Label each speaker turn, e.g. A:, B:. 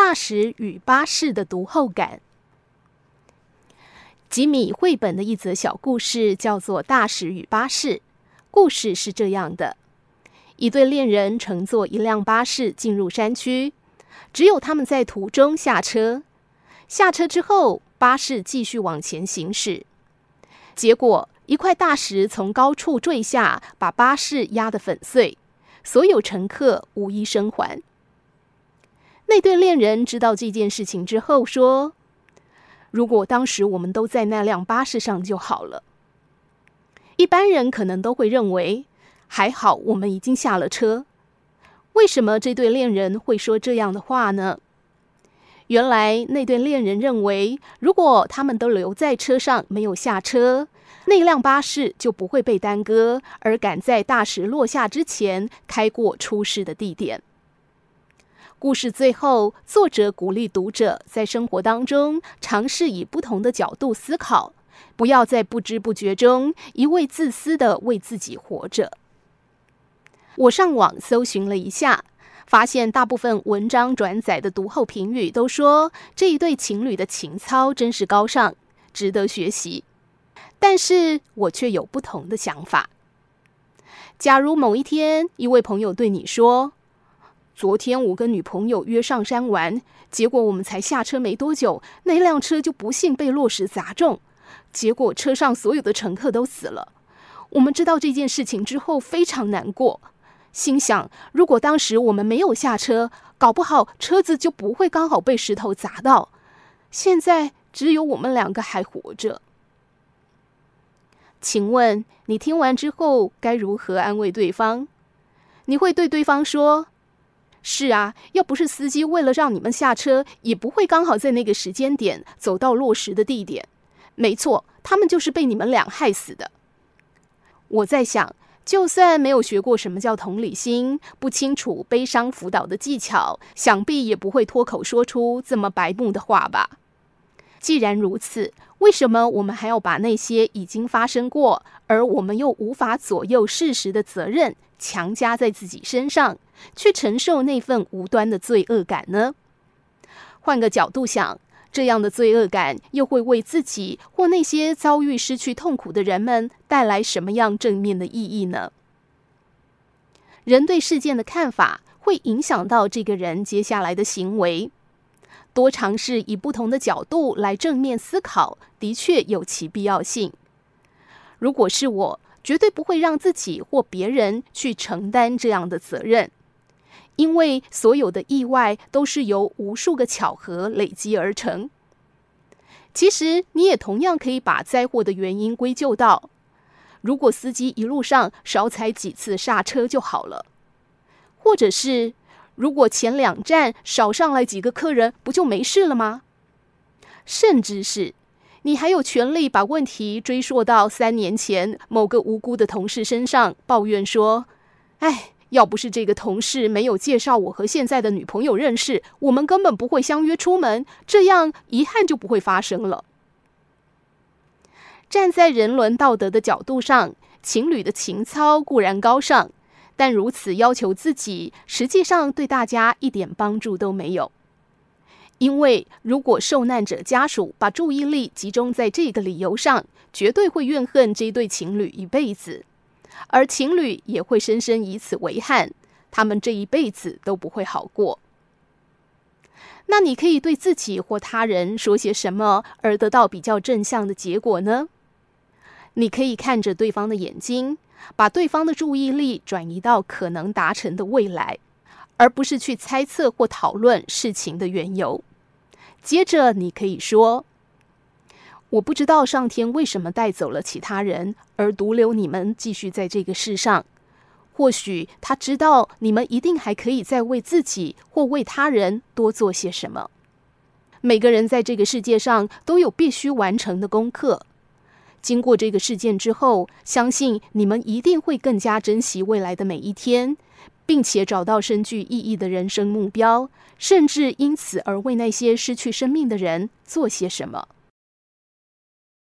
A: 大使与巴士的读后感。吉米绘本的一则小故事叫做《大使与巴士》。故事是这样的：一对恋人乘坐一辆巴士进入山区，只有他们在途中下车。下车之后，巴士继续往前行驶。结果，一块大石从高处坠下，把巴士压得粉碎，所有乘客无一生还。那对恋人知道这件事情之后说，如果当时我们都在那辆巴士上就好了。一般人可能都会认为，还好我们已经下了车。为什么这对恋人会说这样的话呢？原来那对恋人认为，如果他们都留在车上没有下车，那辆巴士就不会被耽搁，而赶在大石落下之前开过出事的地点。故事最后，作者鼓励读者在生活当中尝试以不同的角度思考，不要在不知不觉中一味自私地为自己活着。我上网搜寻了一下，发现大部分文章转载的读后评语都说这一对情侣的情操真是高尚，值得学习。但是我却有不同的想法。假如某一天一位朋友对你说，昨天我跟女朋友约上山玩，结果我们才下车没多久，那辆车就不幸被落石砸中，结果车上所有的乘客都死了。我们知道这件事情之后非常难过，心想如果当时我们没有下车，搞不好车子就不会刚好被石头砸到，现在只有我们两个还活着。请问你听完之后该如何安慰对方？你会对对方说，是啊，要不是司机为了让你们下车，也不会刚好在那个时间点走到落石的地点。没错，他们就是被你们俩害死的。我在想，就算没有学过什么叫同理心，不清楚悲伤辅导的技巧，想必也不会脱口说出这么白目的话吧。既然如此，为什么我们还要把那些已经发生过，而我们又无法左右事实的责任强加在自己身上，去承受那份无端的罪恶感呢？换个角度想，这样的罪恶感又会为自己或那些遭遇失去痛苦的人们带来什么样正面的意义呢？人对事件的看法会影响到这个人接下来的行为。多尝试以不同的角度来正面思考，的确有其必要性。如果是我，绝对不会让自己或别人去承担这样的责任，因为所有的意外都是由无数个巧合累积而成。其实你也同样可以把灾祸的原因归咎到，如果司机一路上少踩几次刹车就好了，或者是如果前2站少上来几个客人，不就没事了吗？甚至是你还有权利把问题追溯到3年前某个无辜的同事身上，抱怨说，要不是这个同事没有介绍我和现在的女朋友认识，我们根本不会相约出门，这样遗憾就不会发生了。站在人伦道德的角度上，情侣的情操固然高尚，但如此要求自己，实际上对大家一点帮助都没有。因为如果受难者家属把注意力集中在这个理由上，绝对会怨恨这对情侣一辈子，而情侣也会深深以此为憾，他们这一辈子都不会好过。那你可以对自己或他人说些什么，而得到比较正向的结果呢？你可以看着对方的眼睛，把对方的注意力转移到可能达成的未来，而不是去猜测或讨论事情的缘由。接着你可以说，我不知道上天为什么带走了其他人，而独留你们继续在这个世上。或许他知道你们一定还可以再为自己或为他人多做些什么。每个人在这个世界上都有必须完成的功课。经过这个事件之后，相信你们一定会更加珍惜未来的每一天，并且找到深具意义的人生目标，甚至因此而为那些失去生命的人做些什么。